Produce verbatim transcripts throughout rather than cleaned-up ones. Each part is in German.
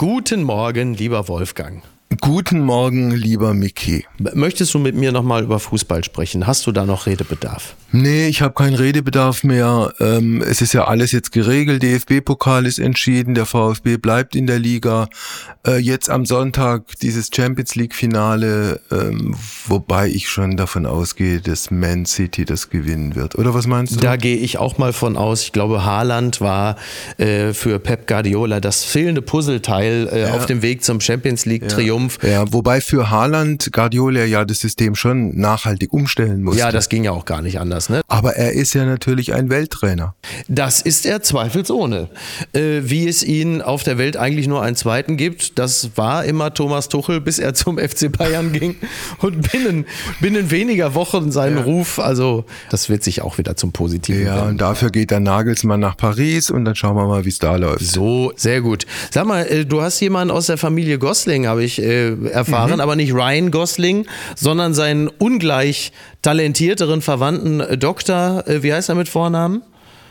Guten Morgen, lieber Wolfgang. Guten Morgen, lieber Micky. Möchtest du mit mir nochmal über Fußball sprechen? Hast du da noch Redebedarf? Nee, ich habe keinen Redebedarf mehr. Ähm, es ist ja alles jetzt geregelt. D F B-Pokal ist entschieden. Der VfB bleibt in der Liga. Äh, jetzt am Sonntag dieses Champions League-Finale, ähm, wobei ich schon davon ausgehe, dass Man City das gewinnen wird. Oder was meinst du? Da gehe ich auch mal von aus. Ich glaube, Haaland war äh, für Pep Guardiola das fehlende Puzzleteil äh, Ja. auf dem Weg zum Champions League-Triumph. Ja. ja, wobei für Haaland Guardiola ja das System schon nachhaltig umstellen musste. Ja, das ging ja auch gar nicht anders. Ne? Aber er ist ja natürlich ein Welttrainer. Das ist er zweifelsohne. Äh, wie es ihn auf der Welt eigentlich nur einen zweiten gibt, das war immer Thomas Tuchel, bis er zum F C Bayern ging und binnen, binnen weniger Wochen seinen Ja. Ruf, also das wird sich auch wieder zum Positiven Ja, wenden. und dafür geht der Nagelsmann nach Paris und dann schauen wir mal, wie es da läuft. So, sehr gut. Sag mal, äh, du hast jemanden aus der Familie Gosling, habe ich äh, erfahren, Mhm. aber nicht Ryan Gosling, sondern seinen ungleich talentierteren Verwandten äh, Doktor, äh, wie heißt er mit Vornamen?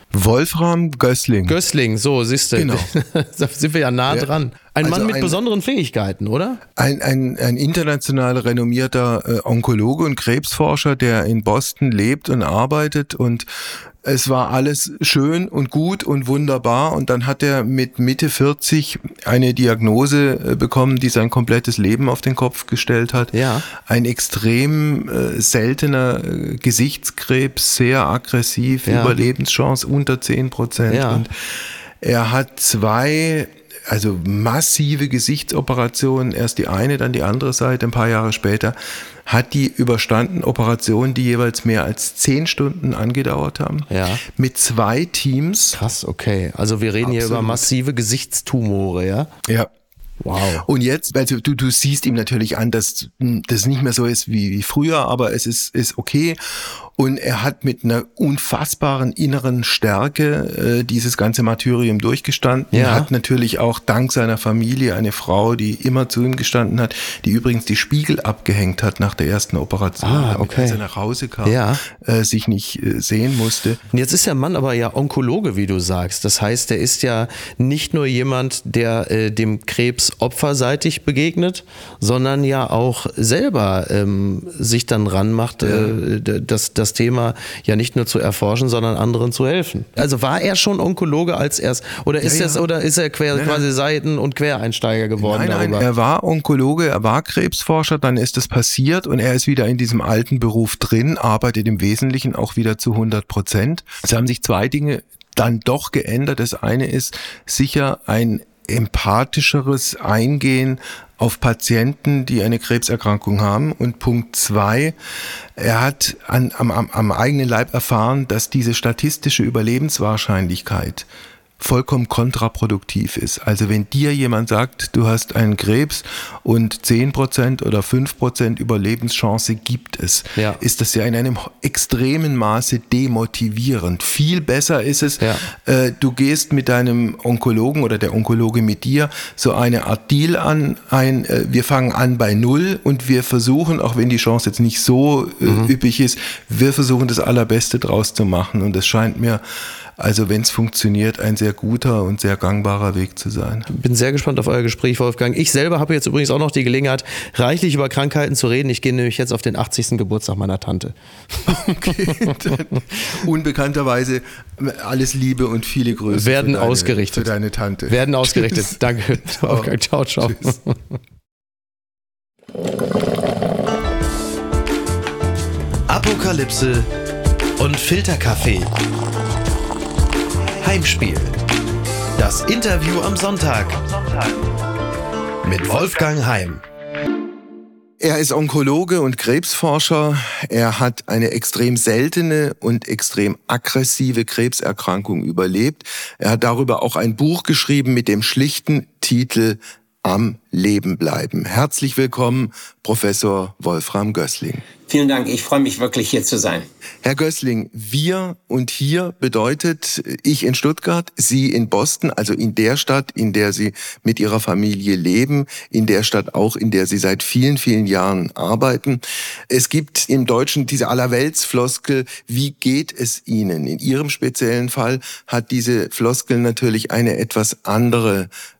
Wolfram Gößling. Gößling, so, siehst du. Genau. Da sind wir ja nah Ja. dran. Ein Also Mann mit ein- besonderen Fähigkeiten, oder? Ein, ein, ein international renommierter äh, Onkologe und Krebsforscher, der in Boston lebt und arbeitet, und es war alles schön und gut und wunderbar, und dann hat er mit Mitte vierzig eine Diagnose äh, bekommen, die sein komplettes Leben auf den Kopf gestellt hat. Ja. Ein extrem äh, seltener äh, Gesichtskrebs, sehr aggressiv, Ja. Überlebenschance unter zehn Prozent. Ja. Und er hat zwei, also massive Gesichtsoperationen, erst die eine, dann die andere Seite, ein paar Jahre später, hat die überstanden, Operationen, die jeweils mehr als zehn Stunden angedauert haben, Ja. mit zwei Teams. Krass, okay. Also wir reden hier über Absolut. massive Gesichtstumore, ja? Ja. Wow. Und jetzt, also du, du siehst ihm natürlich an, dass das nicht mehr so ist wie, wie früher, aber es ist, ist okay. Und er hat mit einer unfassbaren inneren Stärke äh, dieses ganze Martyrium durchgestanden. Ja. Er hat natürlich auch dank seiner Familie eine Frau, die immer zu ihm gestanden hat, die übrigens die Spiegel abgehängt hat nach der ersten Operation, Ah, damit, okay. als er nach Hause kam, Ja. äh, sich nicht äh, sehen musste. Und jetzt ist der Mann aber ja Onkologe, wie du sagst. Das heißt, er ist ja nicht nur jemand, der äh, dem Krebs opferseitig begegnet, sondern ja auch selber ähm, sich dann ranmacht, äh, das, das Thema ja nicht nur zu erforschen, sondern anderen zu helfen. Also war er schon Onkologe als erst, oder ist Ja, das, ja. oder ist er quer, Nein, quasi Seiten- und Quereinsteiger geworden Nein, nein, darüber? er war Onkologe, er war Krebsforscher, dann ist es passiert und er ist wieder in diesem alten Beruf drin, arbeitet im Wesentlichen auch wieder zu hundert Prozent. Es haben sich zwei Dinge dann doch geändert. Das eine ist sicher ein empathischeres Eingehen auf Patienten, die eine Krebserkrankung haben. Und Punkt zwei, er hat an, am, am, am eigenen Leib erfahren, dass diese statistische Überlebenswahrscheinlichkeit vollkommen kontraproduktiv ist. Also wenn dir jemand sagt, du hast einen Krebs und zehn Prozent oder fünf Prozent Überlebenschance gibt es, Ja. ist das ja in einem extremen Maße demotivierend. Viel besser ist es, Ja. äh, du gehst mit deinem Onkologen oder der Onkologe mit dir so eine Art Deal an, ein, äh, wir fangen an bei Null und wir versuchen, auch wenn die Chance jetzt nicht so äh, Mhm. üppig ist, wir versuchen das Allerbeste draus zu machen, und das scheint mir, also wenn es funktioniert, ein sehr guter und sehr gangbarer Weg zu sein. Bin sehr gespannt auf euer Gespräch, Wolfgang. Ich selber habe jetzt übrigens auch noch die Gelegenheit, reichlich über Krankheiten zu reden. Ich gehe nämlich jetzt auf den achtzigsten Geburtstag meiner Tante. Okay, dann unbekannterweise alles Liebe und viele Grüße Werden für deine, ausgerichtet. für deine Tante. Werden ausgerichtet. Tschüss. Danke, Wolfgang. Ciao, ciao. Tschüss. Apokalypse und Filterkaffee. Heimspiel. Das Interview am Sonntag. Mit Wolfgang Heim. Er ist Onkologe und Krebsforscher. Er hat eine extrem seltene und extrem aggressive Krebserkrankung überlebt. Er hat darüber auch ein Buch geschrieben mit dem schlichten Titel Am Leben bleiben. Herzlich willkommen, Professor Wolfram Gößling. Vielen Dank, ich freue mich wirklich, hier zu sein. Herr Gößling, wir und hier bedeutet ich in Stuttgart, Sie in Boston, also in der Stadt, in der Sie mit Ihrer Familie leben, in der Stadt auch, in der Sie seit vielen, vielen Jahren arbeiten. Es gibt im Deutschen diese Allerweltsfloskel, wie geht es Ihnen? In Ihrem speziellen Fall hat diese Floskel natürlich eine etwas andere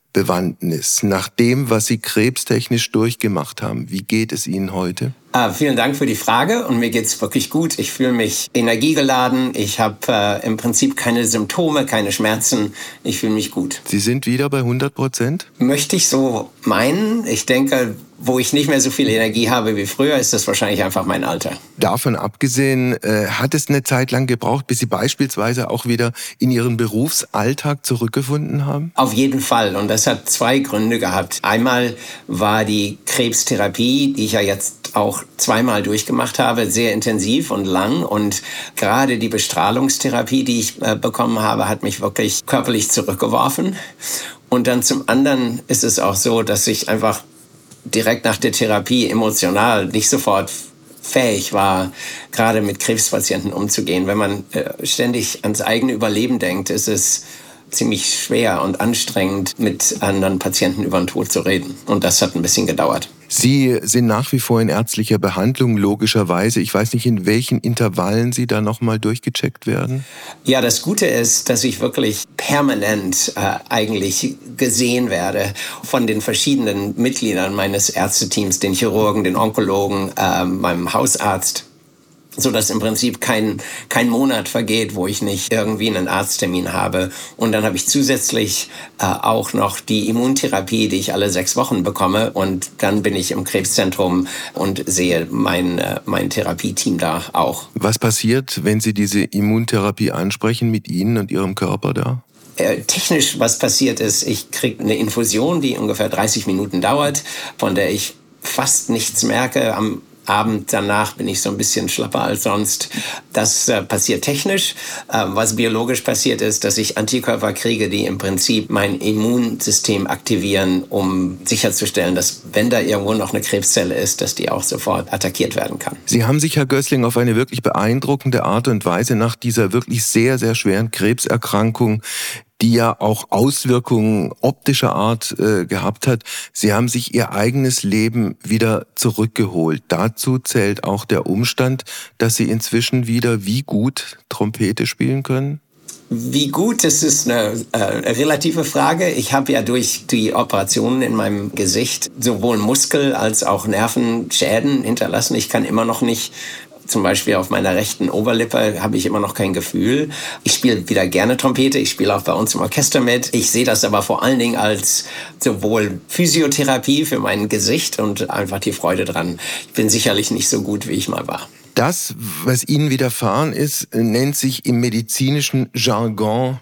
Bewandtnis, nach dem, was Sie krebstechnisch durchgemacht haben. Wie geht es Ihnen heute? Ah, vielen Dank für die Frage und mir geht's wirklich gut. Ich fühle mich energiegeladen. Ich habe äh, im Prinzip keine Symptome, keine Schmerzen. Ich fühle mich gut. Sie sind wieder bei hundert Prozent? Möchte ich so meinen. Ich denke, wo ich nicht mehr so viel Energie habe wie früher, ist das wahrscheinlich einfach mein Alter. Davon abgesehen, äh, hat es eine Zeit lang gebraucht, bis Sie beispielsweise auch wieder in Ihren Berufsalltag zurückgefunden haben? Auf jeden Fall. Und das hat zwei Gründe gehabt. Einmal war die Krebstherapie, die ich ja jetzt auch zweimal durchgemacht habe, sehr intensiv und lang. Und gerade die Bestrahlungstherapie, die ich äh, bekommen habe, hat mich wirklich körperlich zurückgeworfen. Und dann zum anderen ist es auch so, dass ich einfach direkt nach der Therapie emotional nicht sofort fähig war, gerade mit Krebspatienten umzugehen. Wenn man äh, ständig ans eigene Überleben denkt, ist es ziemlich schwer und anstrengend, mit anderen Patienten über den Tod zu reden. Und das hat ein bisschen gedauert. Sie sind nach wie vor in ärztlicher Behandlung, logischerweise. Ich weiß nicht, in welchen Intervallen Sie da nochmal durchgecheckt werden? Ja, das Gute ist, dass ich wirklich permanent äh, eigentlich gesehen werde von den verschiedenen Mitgliedern meines Ärzteteams, den Chirurgen, den Onkologen, äh, meinem Hausarzt, so dass im Prinzip kein, kein Monat vergeht, wo ich nicht irgendwie einen Arzttermin habe. Und dann habe ich zusätzlich äh, auch noch die Immuntherapie, die ich alle sechs Wochen bekomme. Und dann bin ich im Krebszentrum und sehe mein, äh, mein Therapieteam da auch. Was passiert, wenn Sie diese Immuntherapie ansprechen mit Ihnen und Ihrem Körper da? Äh, technisch, was passiert ist, ich kriege eine Infusion, die ungefähr dreißig Minuten dauert, von der ich fast nichts merke. Am Abend danach bin ich so ein bisschen schlapper als sonst. Das äh, passiert technisch. Äh, was biologisch passiert ist, dass ich Antikörper kriege, die im Prinzip mein Immunsystem aktivieren, um sicherzustellen, dass wenn da irgendwo noch eine Krebszelle ist, dass die auch sofort attackiert werden kann. Sie haben sich, Herr Gößling, auf eine wirklich beeindruckende Art und Weise nach dieser wirklich sehr, sehr schweren Krebserkrankung, die ja auch Auswirkungen optischer Art äh, gehabt hat. Sie haben sich Ihr eigenes Leben wieder zurückgeholt. Dazu zählt auch der Umstand, dass Sie inzwischen wieder wie gut Trompete spielen können? Wie gut, das ist eine äh, relative Frage. Ich habe ja durch die Operationen in meinem Gesicht sowohl Muskel- als auch Nervenschäden hinterlassen. Ich kann immer noch nicht, zum Beispiel auf meiner rechten Oberlippe habe ich immer noch kein Gefühl. Ich spiele wieder gerne Trompete, ich spiele auch bei uns im Orchester mit. Ich sehe das aber vor allen Dingen als sowohl Physiotherapie für mein Gesicht und einfach die Freude dran. Ich bin sicherlich nicht so gut, wie ich mal war. Das, was Ihnen widerfahren ist, nennt sich im medizinischen Jargon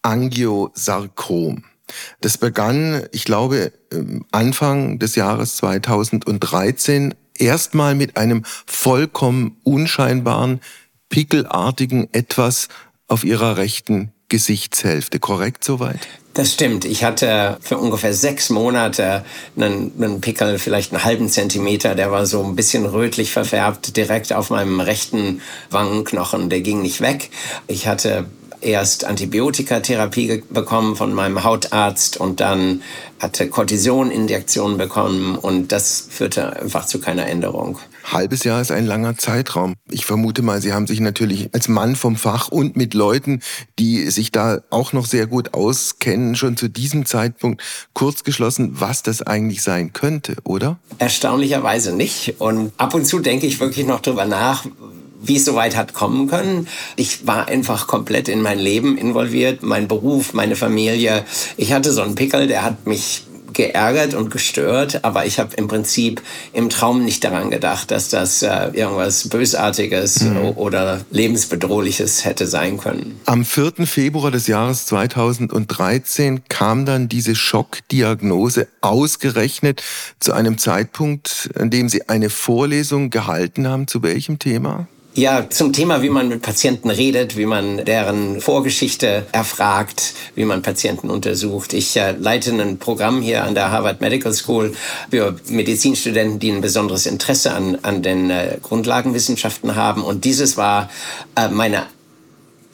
Angiosarkom. Das begann, ich glaube, Anfang des Jahres zweitausenddreizehn erstmal mit einem vollkommen unscheinbaren, pickelartigen Etwas auf Ihrer rechten Gesichtshälfte. Korrekt soweit? Das stimmt. Ich hatte für ungefähr sechs Monate einen, einen Pickel, vielleicht einen halben Zentimeter, der war so ein bisschen rötlich verfärbt, direkt auf meinem rechten Wangenknochen. Der ging nicht weg. Ich hatte erst Antibiotikatherapie bekommen von meinem Hautarzt und dann hatte Cortisoninjektionen bekommen und das führte einfach zu keiner Änderung. Halbes Jahr ist ein langer Zeitraum. Ich vermute mal, Sie haben sich natürlich als Mann vom Fach und mit Leuten, die sich da auch noch sehr gut auskennen, schon zu diesem Zeitpunkt kurz geschlossen, was das eigentlich sein könnte, oder? Erstaunlicherweise nicht. Und ab und zu denke ich wirklich noch drüber nach, wie es so weit hat kommen können. Ich war einfach komplett in mein Leben involviert, mein Beruf, meine Familie. Ich hatte so einen Pickel, der hat mich geärgert und gestört, aber ich habe im Prinzip im Traum nicht daran gedacht, dass das äh, irgendwas Bösartiges mhm. oder Lebensbedrohliches hätte sein können. Am vierten Februar des Jahres zweitausenddreizehn kam dann diese Schockdiagnose ausgerechnet zu einem Zeitpunkt, an dem Sie eine Vorlesung gehalten haben. Zu welchem Thema? Ja, zum Thema, wie man mit Patienten redet, wie man deren Vorgeschichte erfragt, wie man Patienten untersucht. Ich äh, leite ein Programm hier an der Harvard Medical School für Medizinstudenten, die ein besonderes Interesse an, an den äh, Grundlagenwissenschaften haben. Und dieses war äh, meine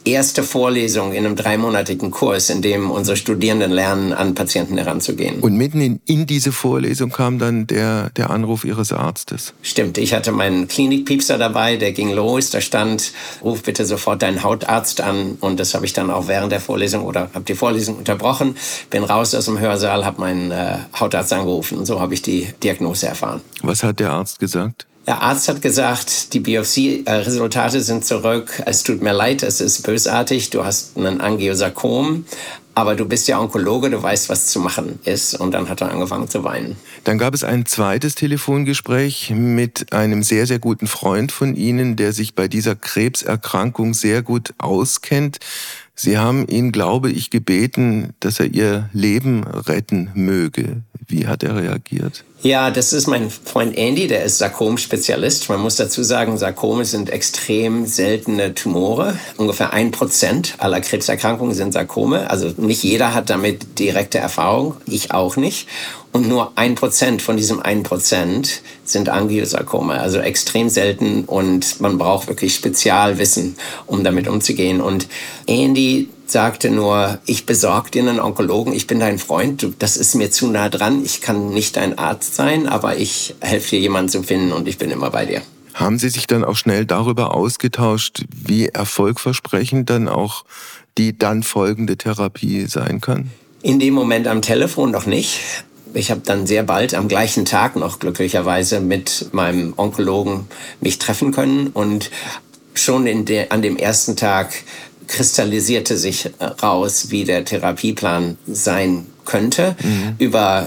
erste Vorlesung in einem dreimonatigen Kurs, in dem unsere Studierenden lernen, an Patienten heranzugehen. Und mitten in, in diese Vorlesung kam dann der, der Anruf Ihres Arztes. Stimmt, ich hatte meinen Klinikpiepser dabei, der ging los, da stand, ruf bitte sofort deinen Hautarzt an, und das habe ich dann auch während der Vorlesung oder habe die Vorlesung unterbrochen, bin raus aus dem Hörsaal, habe meinen äh, Hautarzt angerufen und so habe ich die Diagnose erfahren. Was hat der Arzt gesagt? Der Arzt hat gesagt, die Biopsie-Resultate sind zurück. Es tut mir leid, es ist bösartig. Du hast einen Angiosarkom, aber du bist ja Onkologe, du weißt, was zu machen ist. Und dann hat er angefangen zu weinen. Dann gab es ein zweites Telefongespräch mit einem sehr, sehr guten Freund von Ihnen, der sich bei dieser Krebserkrankung sehr gut auskennt. Sie haben ihn, glaube ich, gebeten, dass er Ihr Leben retten möge. Wie hat er reagiert? Ja, das ist mein Freund Andy, der ist Sarkom-Spezialist. Man muss dazu sagen, Sarkome sind extrem seltene Tumore. Ungefähr ein Prozent aller Krebserkrankungen sind Sarkome. Also nicht jeder hat damit direkte Erfahrung, ich auch nicht. Und nur ein Prozent von diesem ein Prozent sind Angiosarkome, also extrem selten, und man braucht wirklich Spezialwissen, um damit umzugehen. Und Andy sagte nur, ich besorge dir einen Onkologen, ich bin dein Freund, du, das ist mir zu nah dran, ich kann nicht dein Arzt sein, aber ich helfe dir, jemanden zu finden, und ich bin immer bei dir. Haben Sie sich dann auch schnell darüber ausgetauscht, wie erfolgversprechend dann auch die dann folgende Therapie sein kann? In dem Moment am Telefon noch nicht. Ich habe dann sehr bald am gleichen Tag noch glücklicherweise mit meinem Onkologen mich treffen können, und schon in der, an dem ersten Tag kristallisierte sich raus, wie der Therapieplan sein könnte. Mhm. Über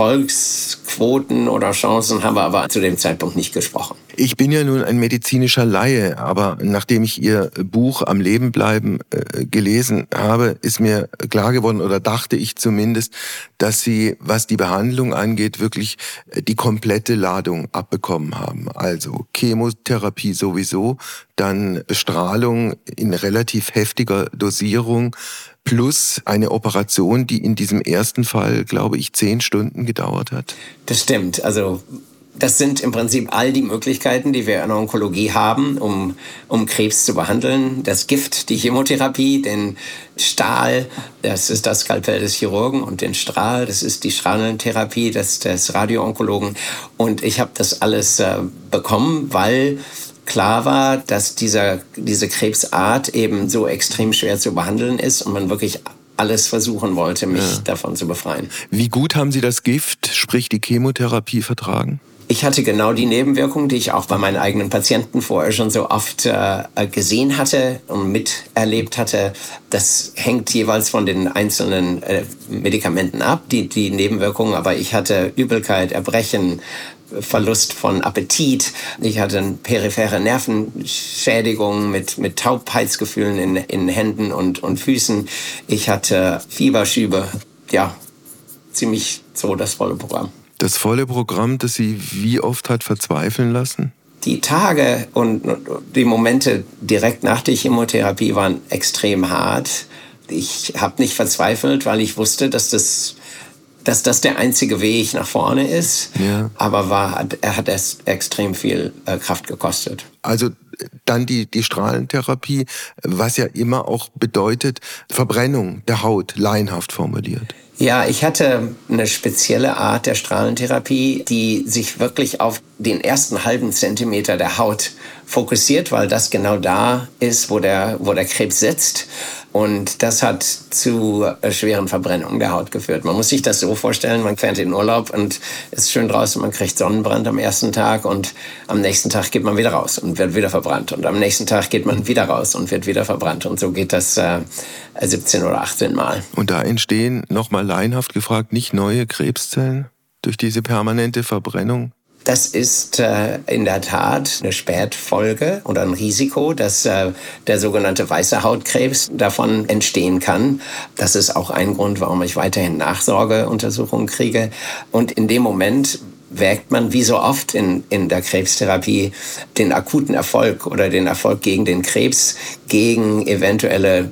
Erfolgsquoten oder Chancen haben wir aber zu dem Zeitpunkt nicht gesprochen. Ich bin ja nun ein medizinischer Laie, aber nachdem ich Ihr Buch Am Leben bleiben äh, gelesen habe, ist mir klar geworden, oder dachte ich zumindest, dass Sie, was die Behandlung angeht, wirklich die komplette Ladung abbekommen haben. Also Chemotherapie sowieso, dann Bestrahlung in relativ heftiger Dosierung, plus eine Operation, die in diesem ersten Fall, glaube ich, zehn Stunden gedauert hat. Das stimmt. Also das sind im Prinzip all die Möglichkeiten, die wir in der Onkologie haben, um, um Krebs zu behandeln. Das Gift, die Chemotherapie, den Stahl, das ist das Skalpell des Chirurgen, und den Strahl, das ist die Strahlentherapie des, des Radioonkologen. Und ich habe das alles äh, bekommen, weil klar war, dass dieser, diese Krebsart eben so extrem schwer zu behandeln ist und man wirklich alles versuchen wollte, mich ja. davon zu befreien. Wie gut haben Sie das Gift, sprich die Chemotherapie, vertragen? Ich hatte genau die Nebenwirkungen, die ich auch bei meinen eigenen Patienten vorher schon so oft äh, gesehen hatte und miterlebt hatte. Das hängt jeweils von den einzelnen äh, Medikamenten ab, die, die Nebenwirkungen. Aber ich hatte Übelkeit, Erbrechen, Verlust von Appetit. Ich hatte eine periphere Nervenschädigung mit, mit Taubheitsgefühlen in, in Händen und, und Füßen. Ich hatte Fieberschübe. Ja, ziemlich so das volle Programm. Das volle Programm, das Sie wie oft hat verzweifeln lassen? Die Tage und die Momente direkt nach der Chemotherapie waren extrem hart. Ich habe nicht verzweifelt, weil ich wusste, dass das, dass das der einzige Weg nach vorne ist. Ja. Aber war, er hat es extrem viel äh, Kraft gekostet. Also dann die, die Strahlentherapie, was ja immer auch bedeutet Verbrennung der Haut, laienhaft formuliert. Ja, ich hatte eine spezielle Art der Strahlentherapie, die sich wirklich auf den ersten halben Zentimeter der Haut fokussiert, weil das genau da ist, wo der, wo der Krebs sitzt. Und das hat zu schweren Verbrennungen der Haut geführt. Man muss sich das so vorstellen, man fährt in Urlaub und ist schön draußen, man kriegt Sonnenbrand am ersten Tag und am nächsten Tag geht man wieder raus und wird wieder verbrannt. Und am nächsten Tag geht man wieder raus und wird wieder verbrannt. Und so geht das äh, siebzehn oder achtzehn Mal. Und da entstehen, nochmal laienhaft gefragt, nicht neue Krebszellen durch diese permanente Verbrennung? Das ist äh, in der Tat eine Spätfolge oder ein Risiko, dass äh, der sogenannte weiße Hautkrebs davon entstehen kann. Das ist auch ein Grund, warum ich weiterhin Nachsorgeuntersuchungen kriege. Und in dem Moment wägt man, wie so oft in, in der Krebstherapie, den akuten Erfolg oder den Erfolg gegen den Krebs gegen eventuelle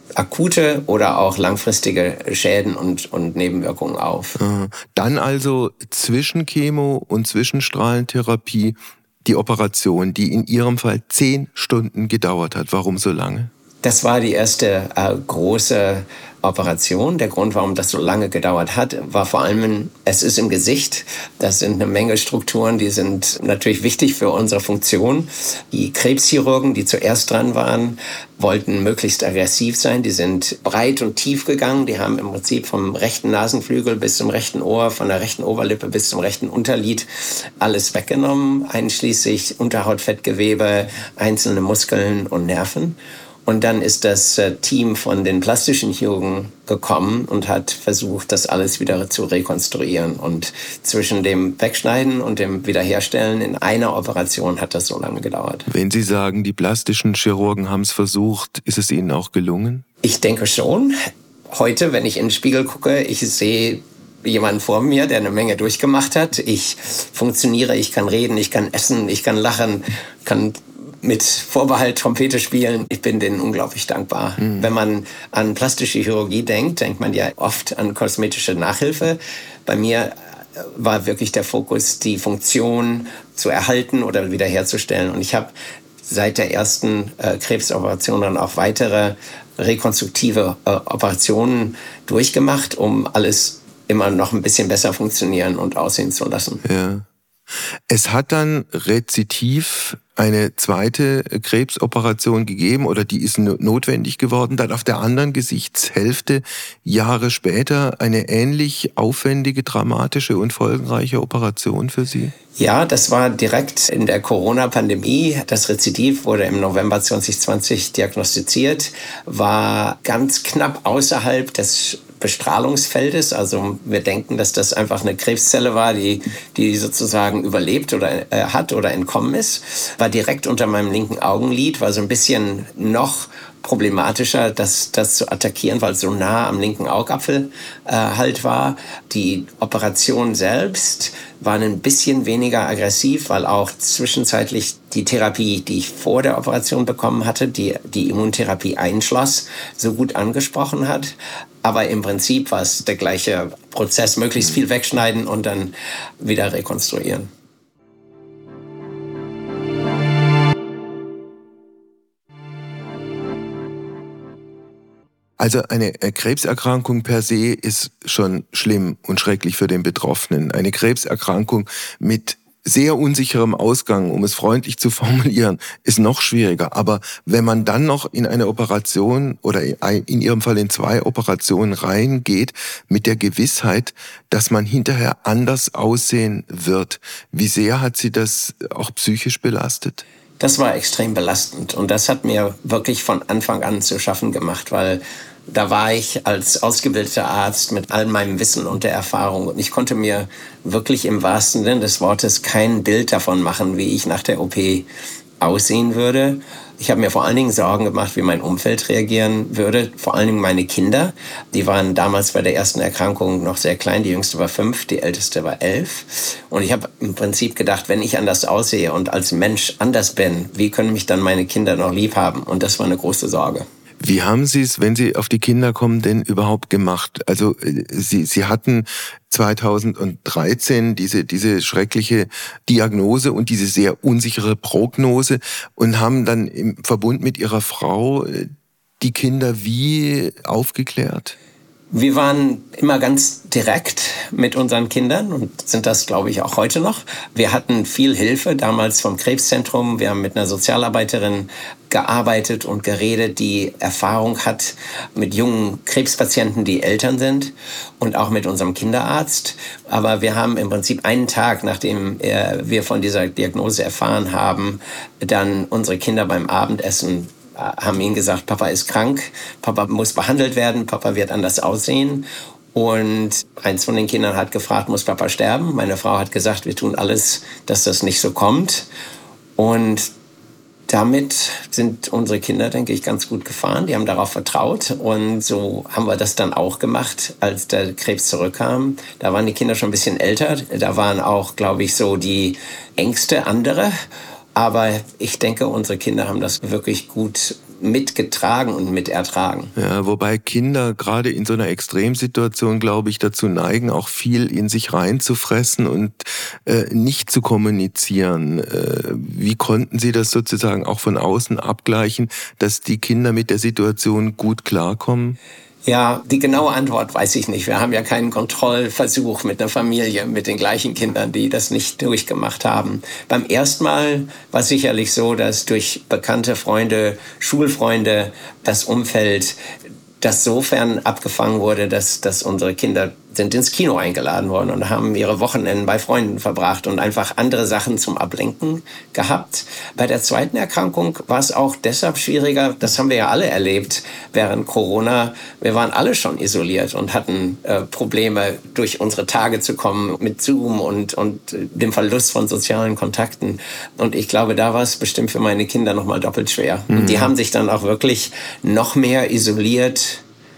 akute oder auch langfristige Schäden und, und Nebenwirkungen auf. Dann also zwischen Chemo und zwischen Strahlentherapie die Operation, die in Ihrem Fall zehn Stunden gedauert hat. Warum so lange? Das war die erste äh, große Operation. Der Grund, warum das so lange gedauert hat, war vor allem, es ist im Gesicht. Das sind eine Menge Strukturen, die sind natürlich wichtig für unsere Funktion. Die Krebschirurgen, die zuerst dran waren, wollten möglichst aggressiv sein. Die sind breit und tief gegangen. Die haben im Prinzip vom rechten Nasenflügel bis zum rechten Ohr, von der rechten Oberlippe bis zum rechten Unterlid alles weggenommen, einschließlich Unterhautfettgewebe, einzelne Muskeln und Nerven. Und dann ist das Team von den plastischen Chirurgen gekommen und hat versucht, das alles wieder zu rekonstruieren. Und zwischen dem Wegschneiden und dem Wiederherstellen in einer Operation hat das so lange gedauert. Wenn Sie sagen, die plastischen Chirurgen haben es versucht, ist es Ihnen auch gelungen? Ich denke schon. Heute, wenn ich in den Spiegel gucke, ich sehe jemanden vor mir, der eine Menge durchgemacht hat. Ich funktioniere, ich kann reden, ich kann essen, ich kann lachen, kann mit Vorbehalt Trompete spielen. Ich bin denen unglaublich dankbar. Mhm. Wenn man an plastische Chirurgie denkt, denkt man ja oft an kosmetische Nachhilfe. Bei mir war wirklich der Fokus, die Funktion zu erhalten oder wiederherzustellen. Und ich habe seit der ersten äh, Krebsoperation dann auch weitere rekonstruktive äh, Operationen durchgemacht, um alles immer noch ein bisschen besser funktionieren und aussehen zu lassen. Ja. Es hat dann rezitiv eine zweite Krebsoperation gegeben oder die ist notwendig geworden, dann auf der anderen Gesichtshälfte Jahre später eine ähnlich aufwendige, dramatische und folgenreiche Operation für Sie? Ja, das war direkt in der Corona-Pandemie. Das Rezidiv wurde im November zwanzig zwanzig diagnostiziert, war ganz knapp außerhalb des Bestrahlungsfeldes. Also wir denken, dass das einfach eine Krebszelle war, die, die sozusagen überlebt oder äh, hat oder entkommen ist. War direkt unter meinem linken Augenlid, war so ein bisschen noch problematischer, das, das zu attackieren, weil es so nah am linken Augapfel äh, halt war. Die Operation selbst war ein bisschen weniger aggressiv, weil auch zwischenzeitlich die Therapie, die ich vor der Operation bekommen hatte, die die Immuntherapie einschloss, so gut angesprochen hat. Aber im Prinzip war es der gleiche Prozess, möglichst viel wegschneiden und dann wieder rekonstruieren. Also eine Krebserkrankung per se ist schon schlimm und schrecklich für den Betroffenen. Eine Krebserkrankung mit sehr unsicherem Ausgang, um es freundlich zu formulieren, ist noch schwieriger. Aber wenn man dann noch in eine Operation oder in Ihrem Fall in zwei Operationen reingeht, mit der Gewissheit, dass man hinterher anders aussehen wird, wie sehr hat Sie das auch psychisch belastet? Das war extrem belastend und das hat mir wirklich von Anfang an zu schaffen gemacht, weil da war ich als ausgebildeter Arzt mit all meinem Wissen und der Erfahrung und ich konnte mir wirklich im wahrsten Sinne des Wortes kein Bild davon machen, wie ich nach der O P aussehen würde. Ich habe mir vor allen Dingen Sorgen gemacht, wie mein Umfeld reagieren würde. Vor allen Dingen meine Kinder. Die waren damals bei der ersten Erkrankung noch sehr klein. Die jüngste war fünf, die älteste war elf. Und ich habe im Prinzip gedacht, wenn ich anders aussehe und als Mensch anders bin, wie können mich dann meine Kinder noch lieb haben? Und das war eine große Sorge. Wie haben Sie es, wenn Sie auf die Kinder kommen, denn überhaupt gemacht? Also Sie, Sie hatten zweitausenddreizehn diese, diese schreckliche Diagnose und diese sehr unsichere Prognose und haben dann im Verbund mit Ihrer Frau die Kinder wie aufgeklärt? Wir waren immer ganz direkt mit unseren Kindern und sind das, glaube ich, auch heute noch. Wir hatten viel Hilfe damals vom Krebszentrum. Wir haben mit einer Sozialarbeiterin gearbeitet und geredet, die Erfahrung hat mit jungen Krebspatienten, die Eltern sind und auch mit unserem Kinderarzt. Aber wir haben im Prinzip einen Tag, nachdem wir von dieser Diagnose erfahren haben, dann unsere Kinder beim Abendessen haben ihnen gesagt, Papa ist krank, Papa muss behandelt werden, Papa wird anders aussehen. Und eins von den Kindern hat gefragt, muss Papa sterben? Meine Frau hat gesagt, wir tun alles, dass das nicht so kommt. Und damit sind unsere Kinder, denke ich, ganz gut gefahren. Die haben darauf vertraut. Und so haben wir das dann auch gemacht, als der Krebs zurückkam. Da waren die Kinder schon ein bisschen älter. Da waren auch, glaube ich, so die Ängste andere. Aber ich denke, unsere Kinder haben das wirklich gut mitgetragen und mitertragen. Ja, wobei Kinder gerade in so einer Extremsituation, glaube ich, dazu neigen, auch viel in sich reinzufressen und äh, nicht zu kommunizieren. Äh, wie konnten Sie das sozusagen auch von außen abgleichen, dass die Kinder mit der Situation gut klarkommen? Ja, die genaue Antwort weiß ich nicht. Wir haben ja keinen Kontrollversuch mit einer Familie, mit den gleichen Kindern, die das nicht durchgemacht haben. Beim ersten Mal war es sicherlich so, dass durch bekannte Freunde, Schulfreunde, das Umfeld, das sofern abgefangen wurde, dass, dass unsere Kinder sind ins Kino eingeladen worden und haben ihre Wochenenden bei Freunden verbracht und einfach andere Sachen zum Ablenken gehabt. Bei der zweiten Erkrankung war es auch deshalb schwieriger, das haben wir ja alle erlebt während Corona. Wir waren alle schon isoliert und hatten äh, Probleme, durch unsere Tage zu kommen mit Zoom und, und äh, dem Verlust von sozialen Kontakten. Und ich glaube, da war es bestimmt für meine Kinder noch mal doppelt schwer. Mhm. Und die haben sich dann auch wirklich noch mehr isoliert,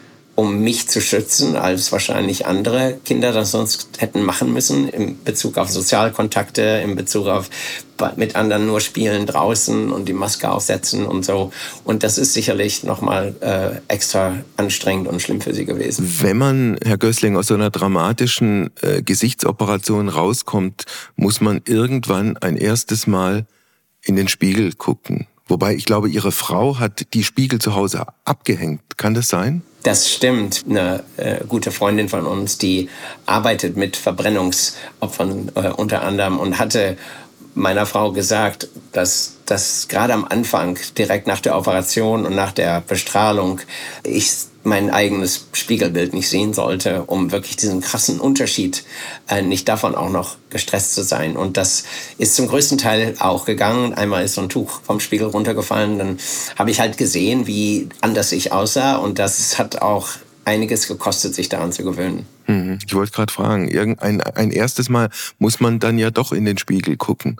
um mich zu schützen, als wahrscheinlich andere Kinder das sonst hätten machen müssen, in Bezug auf Sozialkontakte, in Bezug auf mit anderen nur spielen draußen und die Maske aufsetzen und so. Und das ist sicherlich nochmal äh, extra anstrengend und schlimm für sie gewesen. Wenn man, Herr Gößling, aus so einer dramatischen äh, Gesichtsoperation rauskommt, muss man irgendwann ein erstes Mal in den Spiegel gucken. Wobei, ich glaube, Ihre Frau hat die Spiegel zu Hause abgehängt. Kann das sein? Das stimmt. Eine äh, gute Freundin von uns, die arbeitet mit Verbrennungsopfern äh, unter anderem und hatte meiner Frau gesagt, dass das gerade am Anfang, direkt nach der Operation und nach der Bestrahlung, ich mein eigenes Spiegelbild nicht sehen sollte, um wirklich diesen krassen Unterschied, äh, nicht davon auch noch gestresst zu sein. Und das ist zum größten Teil auch gegangen. Einmal ist so ein Tuch vom Spiegel runtergefallen, dann habe ich halt gesehen, wie anders ich aussah, und das hat auch einiges gekostet, sich daran zu gewöhnen. Ich wollte gerade fragen, irgendein ein erstes Mal muss man dann ja doch in den Spiegel gucken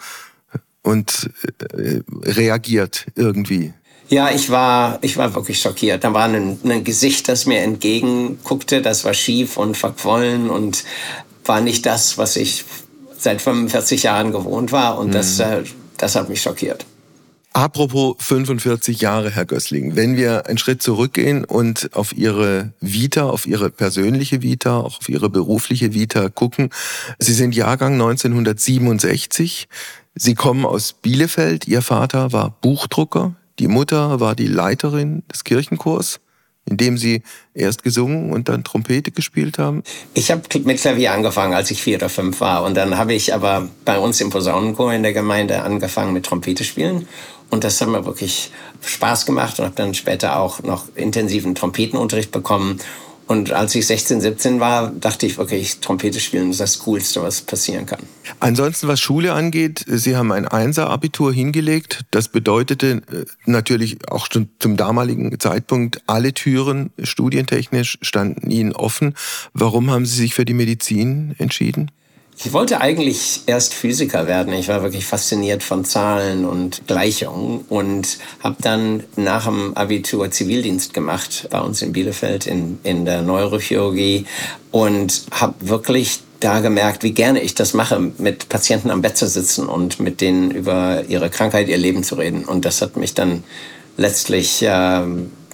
und äh, reagiert irgendwie. Ja, ich war, ich war wirklich schockiert. Da war ein, ein Gesicht, das mir entgegenguckte, das war schief und verquollen und war nicht das, was ich seit fünfundvierzig Jahren gewohnt war, und mhm. das, äh, das hat mich schockiert. Apropos fünfundvierzig Jahre, Herr Gößling, wenn wir einen Schritt zurückgehen und auf Ihre Vita, auf Ihre persönliche Vita, auch auf Ihre berufliche Vita gucken. Sie sind Jahrgang neunzehnhundertsiebenundsechzig, Sie kommen aus Bielefeld, Ihr Vater war Buchdrucker, die Mutter war die Leiterin des Kirchenchors, in dem Sie erst gesungen und dann Trompete gespielt haben? Ich habe mit Klavier angefangen, als ich vier oder fünf war. Und dann habe ich aber bei uns im Posaunenchor in der Gemeinde angefangen mit Trompete spielen. Und das hat mir wirklich Spaß gemacht und habe dann später auch noch intensiven Trompetenunterricht bekommen. Und als ich sechzehn, siebzehn war, dachte ich wirklich, Trompete spielen ist das Coolste, was passieren kann. Ansonsten, was Schule angeht, Sie haben ein Einser-Abitur hingelegt. Das bedeutete natürlich auch schon zum damaligen Zeitpunkt, alle Türen studientechnisch standen Ihnen offen. Warum haben Sie sich für die Medizin entschieden? Ich wollte eigentlich erst Physiker werden. Ich war wirklich fasziniert von Zahlen und Gleichungen und habe dann nach dem Abitur Zivildienst gemacht bei uns in Bielefeld in, in der Neurochirurgie und habe wirklich da gemerkt, wie gerne ich das mache, mit Patienten am Bett zu sitzen und mit denen über ihre Krankheit, ihr Leben zu reden. Und das hat mich dann letztlich äh,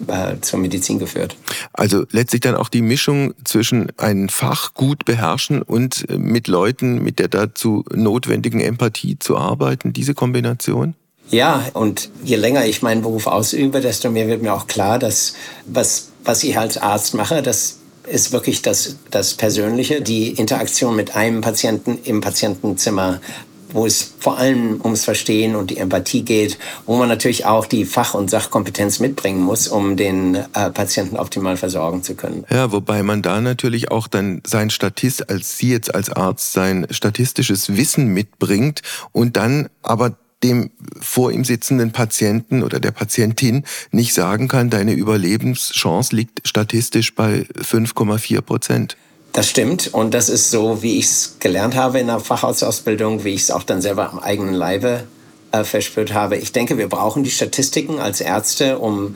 zur Medizin geführt. Also letztlich dann auch die Mischung zwischen einem Fach gut beherrschen und mit Leuten mit der dazu notwendigen Empathie zu arbeiten, diese Kombination? Ja, und je länger ich meinen Beruf ausübe, desto mehr wird mir auch klar, dass was, was ich als Arzt mache, das ist wirklich das, das Persönliche, die Interaktion mit einem Patienten im Patientenzimmer, wo es vor allem ums Verstehen und die Empathie geht, wo man natürlich auch die Fach- und Sachkompetenz mitbringen muss, um den äh, Patienten optimal versorgen zu können. Ja, wobei man da natürlich auch dann sein Statist, als Sie jetzt als Arzt, sein statistisches Wissen mitbringt und dann aber dem vor ihm sitzenden Patienten oder der Patientin nicht sagen kann, deine Überlebenschance liegt statistisch bei fünf Komma vier Prozent. Das stimmt, und das ist so, wie ich es gelernt habe in der Facharztausbildung, wie ich es auch dann selber am eigenen Leibe äh, verspürt habe. Ich denke, wir brauchen die Statistiken als Ärzte, um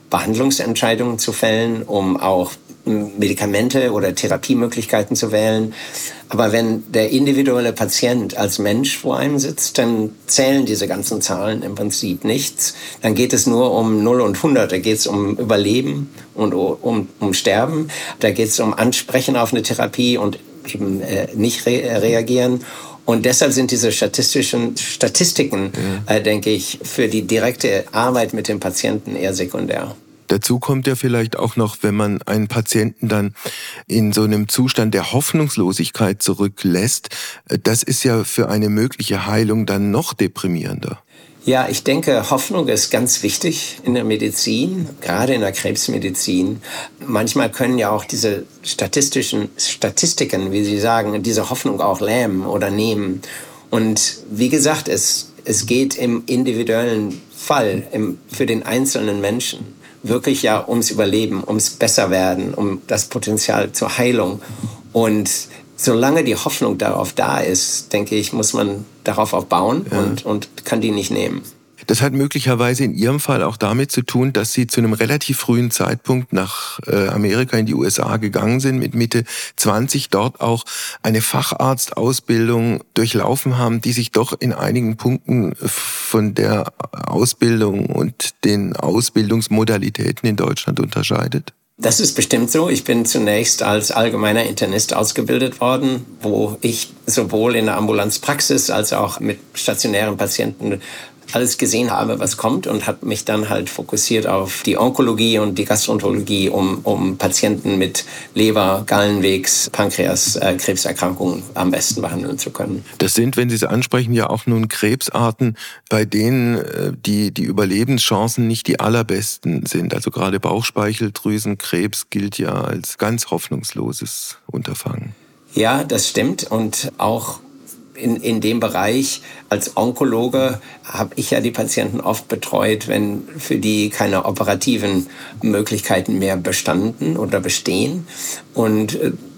Behandlungsentscheidungen zu fällen, um auch Medikamente oder Therapiemöglichkeiten zu wählen. Aber wenn der individuelle Patient als Mensch vor einem sitzt, dann zählen diese ganzen Zahlen im Prinzip nichts. Dann geht es nur um null und hundert. Da geht es um Überleben und um, um Sterben. Da geht es um Ansprechen auf eine Therapie und eben äh, nicht re- reagieren. Und deshalb sind diese statistischen Statistiken, ja. äh, denke ich, für die direkte Arbeit mit dem Patienten eher sekundär. Dazu kommt ja vielleicht auch noch, wenn man einen Patienten dann in so einem Zustand der Hoffnungslosigkeit zurücklässt, das ist ja für eine mögliche Heilung dann noch deprimierender. Ja, ich denke, Hoffnung ist ganz wichtig in der Medizin, gerade in der Krebsmedizin. Manchmal können ja auch diese statistischen Statistiken, wie Sie sagen, diese Hoffnung auch lähmen oder nehmen. Und wie gesagt, es, es geht im individuellen Fall, im, für den einzelnen Menschen, wirklich ja ums Überleben, ums Besserwerden, um das Potenzial zur Heilung. Und solange die Hoffnung darauf da ist, denke ich, muss man darauf auch bauen ja. und, und kann die nicht nehmen. Das hat möglicherweise in Ihrem Fall auch damit zu tun, dass Sie zu einem relativ frühen Zeitpunkt nach äh, Amerika in die U S A gegangen sind, mit Mitte zwanzig, dort auch eine Facharztausbildung durchlaufen haben, die sich doch in einigen Punkten von der Ausbildung und den Ausbildungsmodalitäten in Deutschland unterscheidet. Das ist bestimmt so. Ich bin zunächst als allgemeiner Internist ausgebildet worden, wo ich sowohl in der Ambulanzpraxis als auch mit stationären Patienten alles gesehen habe, was kommt, und habe mich dann halt fokussiert auf die Onkologie und die Gastroenterologie, um, um Patienten mit Leber-, Gallenwegs-, Pankreas-, äh, Krebserkrankungen am besten behandeln zu können. Das sind, wenn Sie es ansprechen, ja auch nun Krebsarten, bei denen äh, die, die Überlebenschancen nicht die allerbesten sind. Also gerade Bauchspeicheldrüsenkrebs gilt ja als ganz hoffnungsloses Unterfangen. Ja, das stimmt. Und auch In, in dem Bereich als Onkologe habe ich ja die Patienten oft betreut, wenn für die keine operativen Möglichkeiten mehr bestanden oder bestehen. Und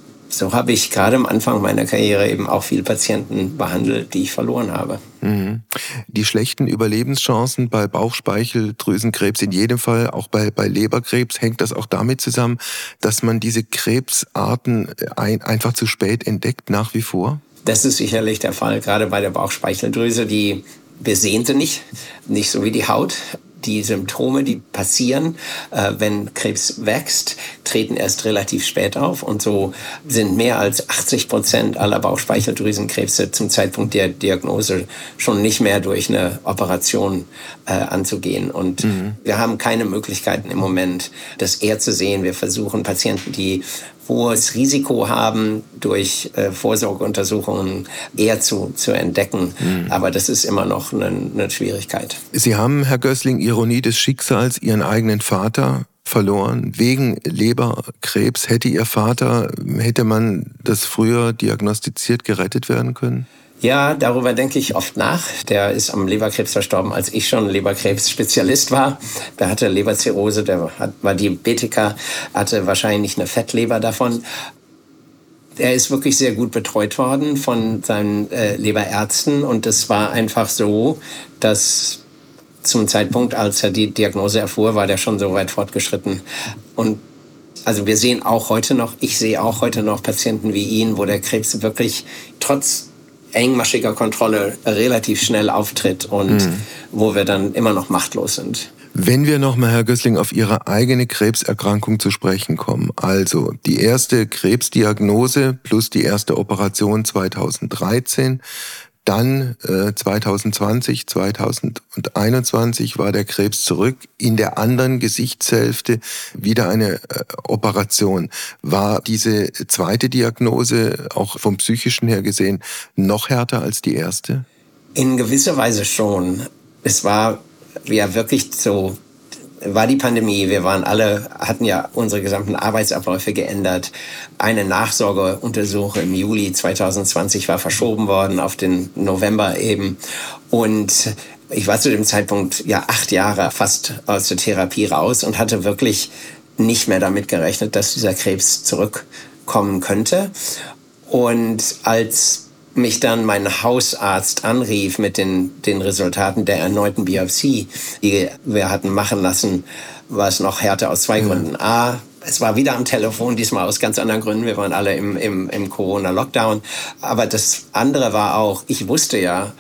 so habe ich gerade am Anfang meiner Karriere eben auch viele Patienten behandelt, die ich verloren habe. Mhm. Die schlechten Überlebenschancen bei Bauchspeicheldrüsenkrebs, in jedem Fall auch bei, bei Leberkrebs, hängt das auch damit zusammen, dass man diese Krebsarten ein, einfach zu spät entdeckt, nach wie vor? Das ist sicherlich der Fall, gerade bei der Bauchspeicheldrüse. Die, wir sehen sie nicht, nicht so wie die Haut. Die Symptome, die passieren, äh, wenn Krebs wächst, treten erst relativ spät auf. Und so sind mehr als achtzig Prozent aller Bauchspeicheldrüsenkrebse zum Zeitpunkt der Diagnose schon nicht mehr durch eine Operation äh, anzugehen. Und mhm. wir haben keine Möglichkeiten im Moment, das eher zu sehen. Wir versuchen Patienten, die hohes Risiko haben, durch äh, Vorsorgeuntersuchungen eher zu, zu entdecken. Mhm. Aber das ist immer noch eine, eine Schwierigkeit. Sie haben, Herr Gößling, Ironie des Schicksals, Ihren eigenen Vater verloren. Wegen Leberkrebs. Hätte Ihr Vater, hätte man das früher diagnostiziert, gerettet werden können? Ja, darüber denke ich oft nach. Der ist am Leberkrebs verstorben, als ich schon Leberkrebs-Spezialist war. Der hatte Leberzirrhose, der war Diabetiker, hatte wahrscheinlich eine Fettleber davon. Er ist wirklich sehr gut betreut worden von seinen äh, Leberärzten. Und es war einfach so, dass zum Zeitpunkt, als er die Diagnose erfuhr, war der schon so weit fortgeschritten. Und also wir sehen auch heute noch, ich sehe auch heute noch Patienten wie ihn, wo der Krebs wirklich trotz engmaschiger Kontrolle relativ schnell auftritt und mhm. wo wir dann immer noch machtlos sind. Wenn wir nochmal, Herr Gößling, auf Ihre eigene Krebserkrankung zu sprechen kommen, also die erste Krebsdiagnose plus die erste Operation zweitausenddreizehn, dann äh, zweitausendzwanzig, zweitausendeinundzwanzig war der Krebs zurück, in der anderen Gesichtshälfte wieder eine äh, Operation. War diese zweite Diagnose auch vom Psychischen her gesehen noch härter als die erste? In gewisser Weise schon. Es war ja wirklich so, war die Pandemie, wir waren alle, hatten ja unsere gesamten Arbeitsabläufe geändert. Eine Nachsorgeuntersuchung im Juli zweitausendzwanzig war verschoben worden auf den November eben. Und ich war zu dem Zeitpunkt ja acht Jahre fast aus der Therapie raus und hatte wirklich nicht mehr damit gerechnet, dass dieser Krebs zurückkommen könnte. Und als mich dann mein Hausarzt anrief mit den, den Resultaten der erneuten Biopsie, die wir hatten machen lassen, war es noch härter aus zwei mhm. Gründen. A, es war wieder am Telefon, diesmal aus ganz anderen Gründen. Wir waren alle im, im, im Corona-Lockdown. Aber das andere war auch, ich wusste ja,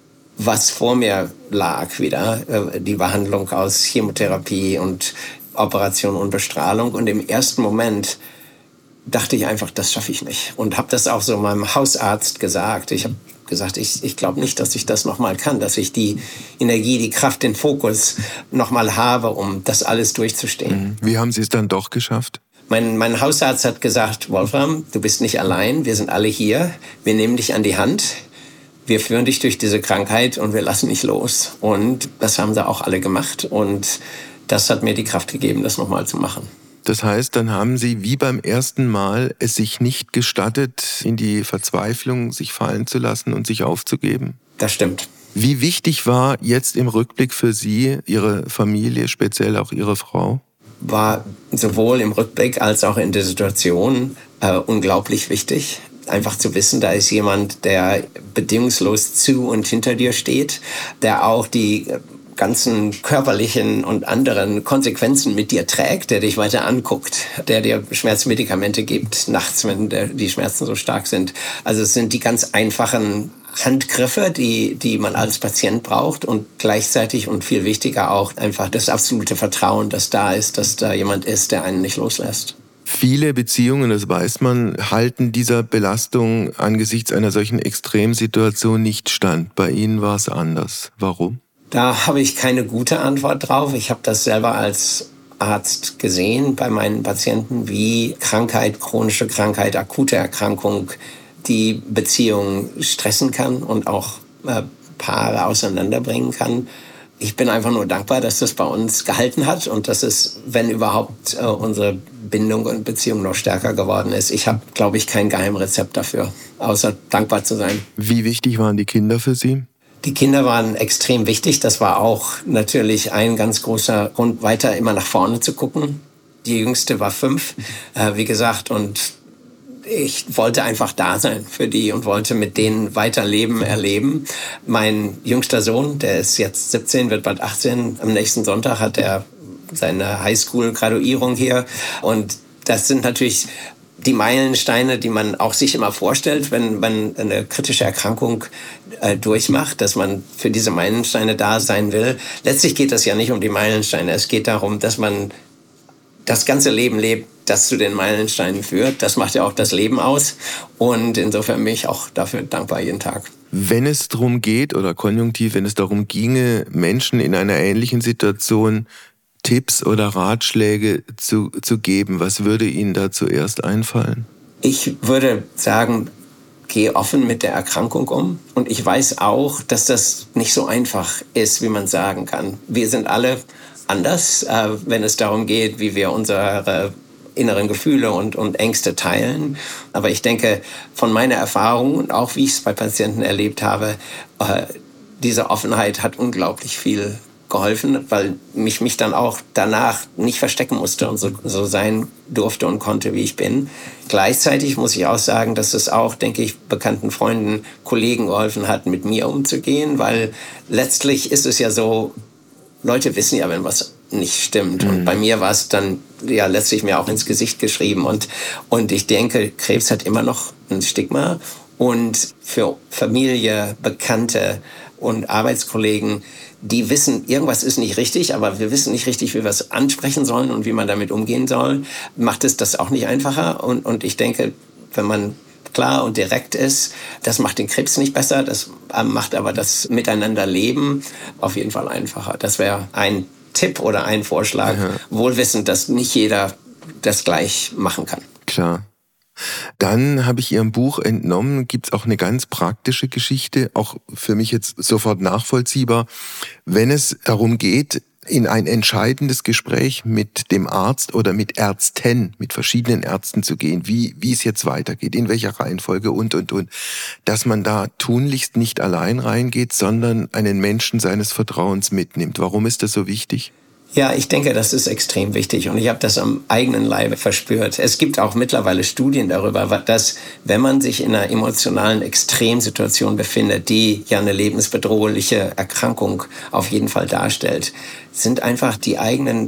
was vor mir lag wieder. Die Behandlung aus Chemotherapie und Operation und Bestrahlung. Und im ersten Moment dachte ich einfach, das schaffe ich nicht. Und habe das auch so meinem Hausarzt gesagt. Ich habe gesagt, ich, ich glaube nicht, dass ich das nochmal kann, dass ich die Energie, die Kraft, den Fokus nochmal habe, um das alles durchzustehen. Wie haben Sie es dann doch geschafft? Mein, mein Hausarzt hat gesagt, Wolfram, du bist nicht allein, wir sind alle hier, wir nehmen dich an die Hand, wir führen dich durch diese Krankheit und wir lassen dich los. Und das haben sie auch alle gemacht und das hat mir die Kraft gegeben, das nochmal zu machen. Das heißt, dann haben Sie wie beim ersten Mal es sich nicht gestattet, in die Verzweiflung sich fallen zu lassen und sich aufzugeben? Das stimmt. Wie wichtig war jetzt im Rückblick für Sie, Ihre Familie, speziell auch Ihre Frau? War sowohl im Rückblick als auch in der Situation äh, unglaublich wichtig. Einfach zu wissen, da ist jemand, der bedingungslos zu und hinter dir steht, der auch die ganzen körperlichen und anderen Konsequenzen mit dir trägt, der dich weiter anguckt, der dir Schmerzmedikamente gibt, nachts, wenn der, die Schmerzen so stark sind. Also es sind die ganz einfachen Handgriffe, die, die man als Patient braucht und gleichzeitig und viel wichtiger auch einfach das absolute Vertrauen, das da ist, dass da jemand ist, der einen nicht loslässt. Viele Beziehungen, das weiß man, halten dieser Belastung angesichts einer solchen Extremsituation nicht stand. Bei Ihnen war es anders. Warum? Da habe ich keine gute Antwort drauf. Ich habe das selber als Arzt gesehen bei meinen Patienten, wie Krankheit, chronische Krankheit, akute Erkrankung die Beziehung stressen kann und auch äh, Paare auseinanderbringen kann. Ich bin einfach nur dankbar, dass das bei uns gehalten hat und dass es, wenn überhaupt, äh, unsere Bindung und Beziehung noch stärker geworden ist. Ich habe, glaube ich, kein Geheimrezept dafür, außer dankbar zu sein. Wie wichtig waren die Kinder für Sie? Die Kinder waren extrem wichtig. Das war auch natürlich ein ganz großer Grund, weiter immer nach vorne zu gucken. Die Jüngste war fünf, äh, wie gesagt, und ich wollte einfach da sein für die und wollte mit denen weiter Leben erleben. Mein jüngster Sohn, der ist jetzt siebzehn, wird bald achtzehn. Am nächsten Sonntag hat er seine Highschool-Graduierung hier. Und das sind natürlich die Meilensteine, die man auch sich immer vorstellt, wenn man eine kritische Erkrankung äh, durchmacht, dass man für diese Meilensteine da sein will. Letztlich geht es ja nicht um die Meilensteine. Es geht darum, dass man das ganze Leben lebt, das zu den Meilensteinen führt. Das macht ja auch das Leben aus. Und insofern bin ich auch dafür dankbar jeden Tag. Wenn es darum geht, oder konjunktiv, wenn es darum ginge, Menschen in einer ähnlichen Situation Tipps oder Ratschläge zu, zu geben, was würde Ihnen da zuerst einfallen? Ich würde sagen, geh offen mit der Erkrankung um. Und ich weiß auch, dass das nicht so einfach ist, wie man sagen kann. Wir sind alle anders, äh, wenn es darum geht, wie wir unsere inneren Gefühle und, und Ängste teilen. Aber ich denke, von meiner Erfahrung und auch wie ich es bei Patienten erlebt habe, äh, diese Offenheit hat unglaublich viel geholfen, weil mich mich dann auch danach nicht verstecken musste und so, so sein durfte und konnte, wie ich bin. Gleichzeitig muss ich auch sagen, dass es auch, denke ich, bekannten Freunden, Kollegen geholfen hat, mit mir umzugehen, weil letztlich ist es ja so, Leute wissen ja, wenn was nicht stimmt. Mhm. Und bei mir war es dann ja letztlich mir auch ins Gesicht geschrieben. Und, und ich denke, Krebs hat immer noch ein Stigma. Und für Familie, Bekannte und Arbeitskollegen, die wissen, irgendwas ist nicht richtig, aber wir wissen nicht richtig, wie wir es ansprechen sollen und wie man damit umgehen soll, macht es das auch nicht einfacher. Und, und ich denke, wenn man klar und direkt ist, das macht den Krebs nicht besser, das macht aber das Miteinanderleben auf jeden Fall einfacher. Das wäre ein Tipp oder ein Vorschlag, ja. Wohlwissend, dass nicht jeder das gleich machen kann. Klar. Dann habe ich Ihrem Buch entnommen, gibt es auch eine ganz praktische Geschichte, auch für mich jetzt sofort nachvollziehbar, wenn es darum geht, in ein entscheidendes Gespräch mit dem Arzt oder mit Ärzten, mit verschiedenen Ärzten zu gehen, wie, wie es jetzt weitergeht, in welcher Reihenfolge und, und, und, dass man da tunlichst nicht allein reingeht, sondern einen Menschen seines Vertrauens mitnimmt. Warum ist das so wichtig? Ja, ich denke, das ist extrem wichtig und ich habe das am eigenen Leibe verspürt. Es gibt auch mittlerweile Studien darüber, dass wenn man sich in einer emotionalen Extremsituation befindet, die ja eine lebensbedrohliche Erkrankung auf jeden Fall darstellt, sind einfach die eigenen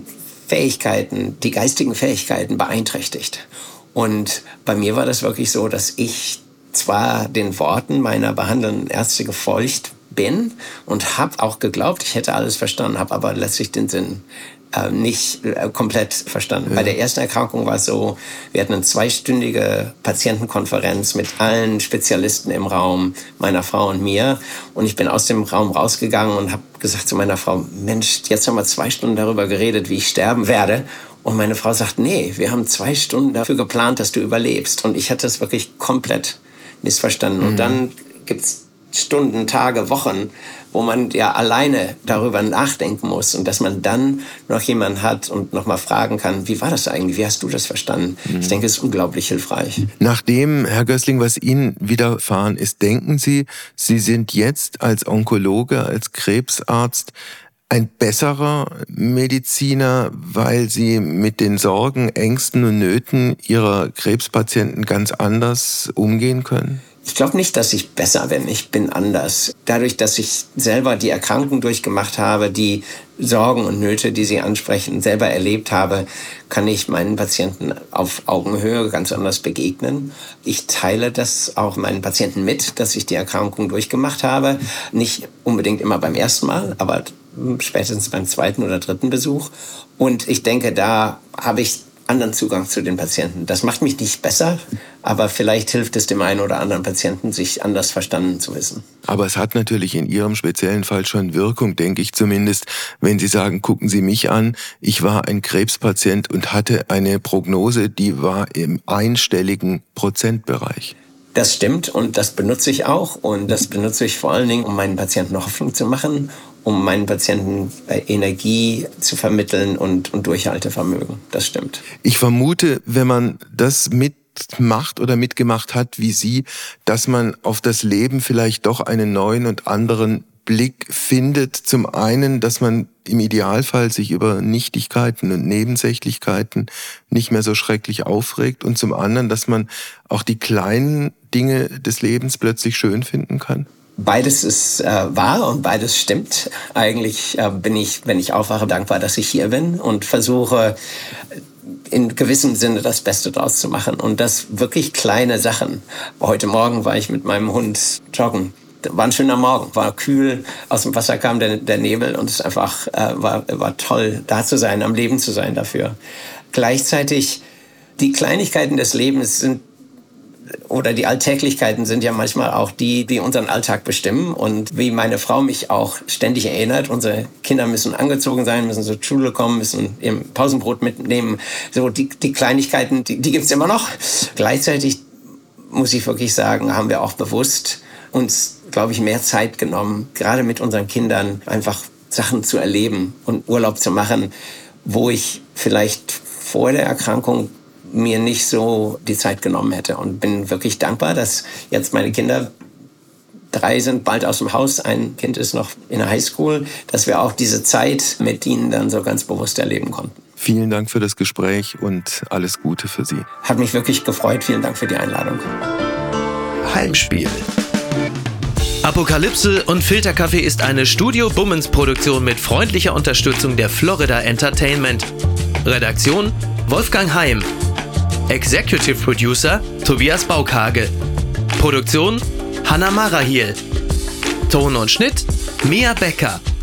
Fähigkeiten, die geistigen Fähigkeiten beeinträchtigt. Und bei mir war das wirklich so, dass ich zwar den Worten meiner behandelnden Ärzte gefolgt bin und habe auch geglaubt, ich hätte alles verstanden, habe aber letztlich den Sinn äh, nicht äh, komplett verstanden. Ja. Bei der ersten Erkrankung war es so, wir hatten eine zweistündige Patientenkonferenz mit allen Spezialisten im Raum, meiner Frau und mir. Und ich bin aus dem Raum rausgegangen und habe gesagt zu meiner Frau, Mensch, jetzt haben wir zwei Stunden darüber geredet, wie ich sterben werde. Und meine Frau sagt, nee, wir haben zwei Stunden dafür geplant, dass du überlebst. Und ich hatte das wirklich komplett missverstanden. Mhm. Und dann gibt's Stunden, Tage, Wochen, wo man ja alleine darüber nachdenken muss und dass man dann noch jemanden hat und noch mal fragen kann, wie war das eigentlich, wie hast du das verstanden? Mhm. Ich denke, es ist unglaublich hilfreich. Nachdem, Herr Gößling, was Ihnen widerfahren ist, denken Sie, Sie sind jetzt als Onkologe, als Krebsarzt ein besserer Mediziner, weil Sie mit den Sorgen, Ängsten und Nöten Ihrer Krebspatienten ganz anders umgehen können? Ich glaube nicht, dass ich besser bin. Ich bin anders. Dadurch, dass ich selber die Erkrankung durchgemacht habe, die Sorgen und Nöte, die Sie ansprechen, selber erlebt habe, kann ich meinen Patienten auf Augenhöhe ganz anders begegnen. Ich teile das auch meinen Patienten mit, dass ich die Erkrankung durchgemacht habe. Nicht unbedingt immer beim ersten Mal, aber spätestens beim zweiten oder dritten Besuch. Und ich denke, da habe ich anderen Zugang zu den Patienten. Das macht mich nicht besser, aber vielleicht hilft es dem einen oder anderen Patienten, sich anders verstanden zu wissen. Aber es hat natürlich in Ihrem speziellen Fall schon Wirkung, denke ich zumindest, wenn Sie sagen, gucken Sie mich an, ich war ein Krebspatient und hatte eine Prognose, die war im einstelligen Prozentbereich. Das stimmt und das benutze ich auch und das benutze ich vor allen Dingen, um meinen Patienten Hoffnung zu machen, um meinen Patienten Energie zu vermitteln und, und Durchhaltevermögen. Das stimmt. Ich vermute, wenn man das mitmacht oder mitgemacht hat wie Sie, dass man auf das Leben vielleicht doch einen neuen und anderen Blick findet. Zum einen, dass man im Idealfall sich über Nichtigkeiten und Nebensächlichkeiten nicht mehr so schrecklich aufregt und zum anderen, dass man auch die kleinen Dinge des Lebens plötzlich schön finden kann. Beides ist äh, wahr und beides stimmt. Eigentlich äh, bin ich, wenn ich aufwache, dankbar, dass ich hier bin und versuche in gewissem Sinne das Beste draus zu machen. Und das wirklich kleine Sachen. Heute Morgen war ich mit meinem Hund joggen. War ein schöner Morgen, war kühl, aus dem Wasser kam der, der Nebel und es einfach äh, war, war toll, da zu sein, am Leben zu sein dafür. Gleichzeitig, die Kleinigkeiten des Lebens sind oder die Alltäglichkeiten sind ja manchmal auch die, die unseren Alltag bestimmen. Und wie meine Frau mich auch ständig erinnert, unsere Kinder müssen angezogen sein, müssen zur Schule kommen, müssen ihr Pausenbrot mitnehmen. So die, die Kleinigkeiten, die, die gibt's immer noch. Gleichzeitig muss ich wirklich sagen, haben wir auch bewusst uns, glaube ich, mehr Zeit genommen, gerade mit unseren Kindern einfach Sachen zu erleben und Urlaub zu machen, wo ich vielleicht vor der Erkrankung mir nicht so die Zeit genommen hätte und bin wirklich dankbar, dass jetzt meine Kinder drei sind bald aus dem Haus, ein Kind ist noch in der Highschool, dass wir auch diese Zeit mit ihnen dann so ganz bewusst erleben konnten. Vielen Dank für das Gespräch und alles Gute für Sie. Hat mich wirklich gefreut. Vielen Dank für die Einladung. Heimspiel. Apokalypse und Filterkaffee ist eine Studio Bummens Produktion mit freundlicher Unterstützung der Florida Entertainment. Redaktion Wolfgang Heim. Executive Producer Tobias Baukage. Produktion Hanna Marahiel. Ton und Schnitt Mia Becker.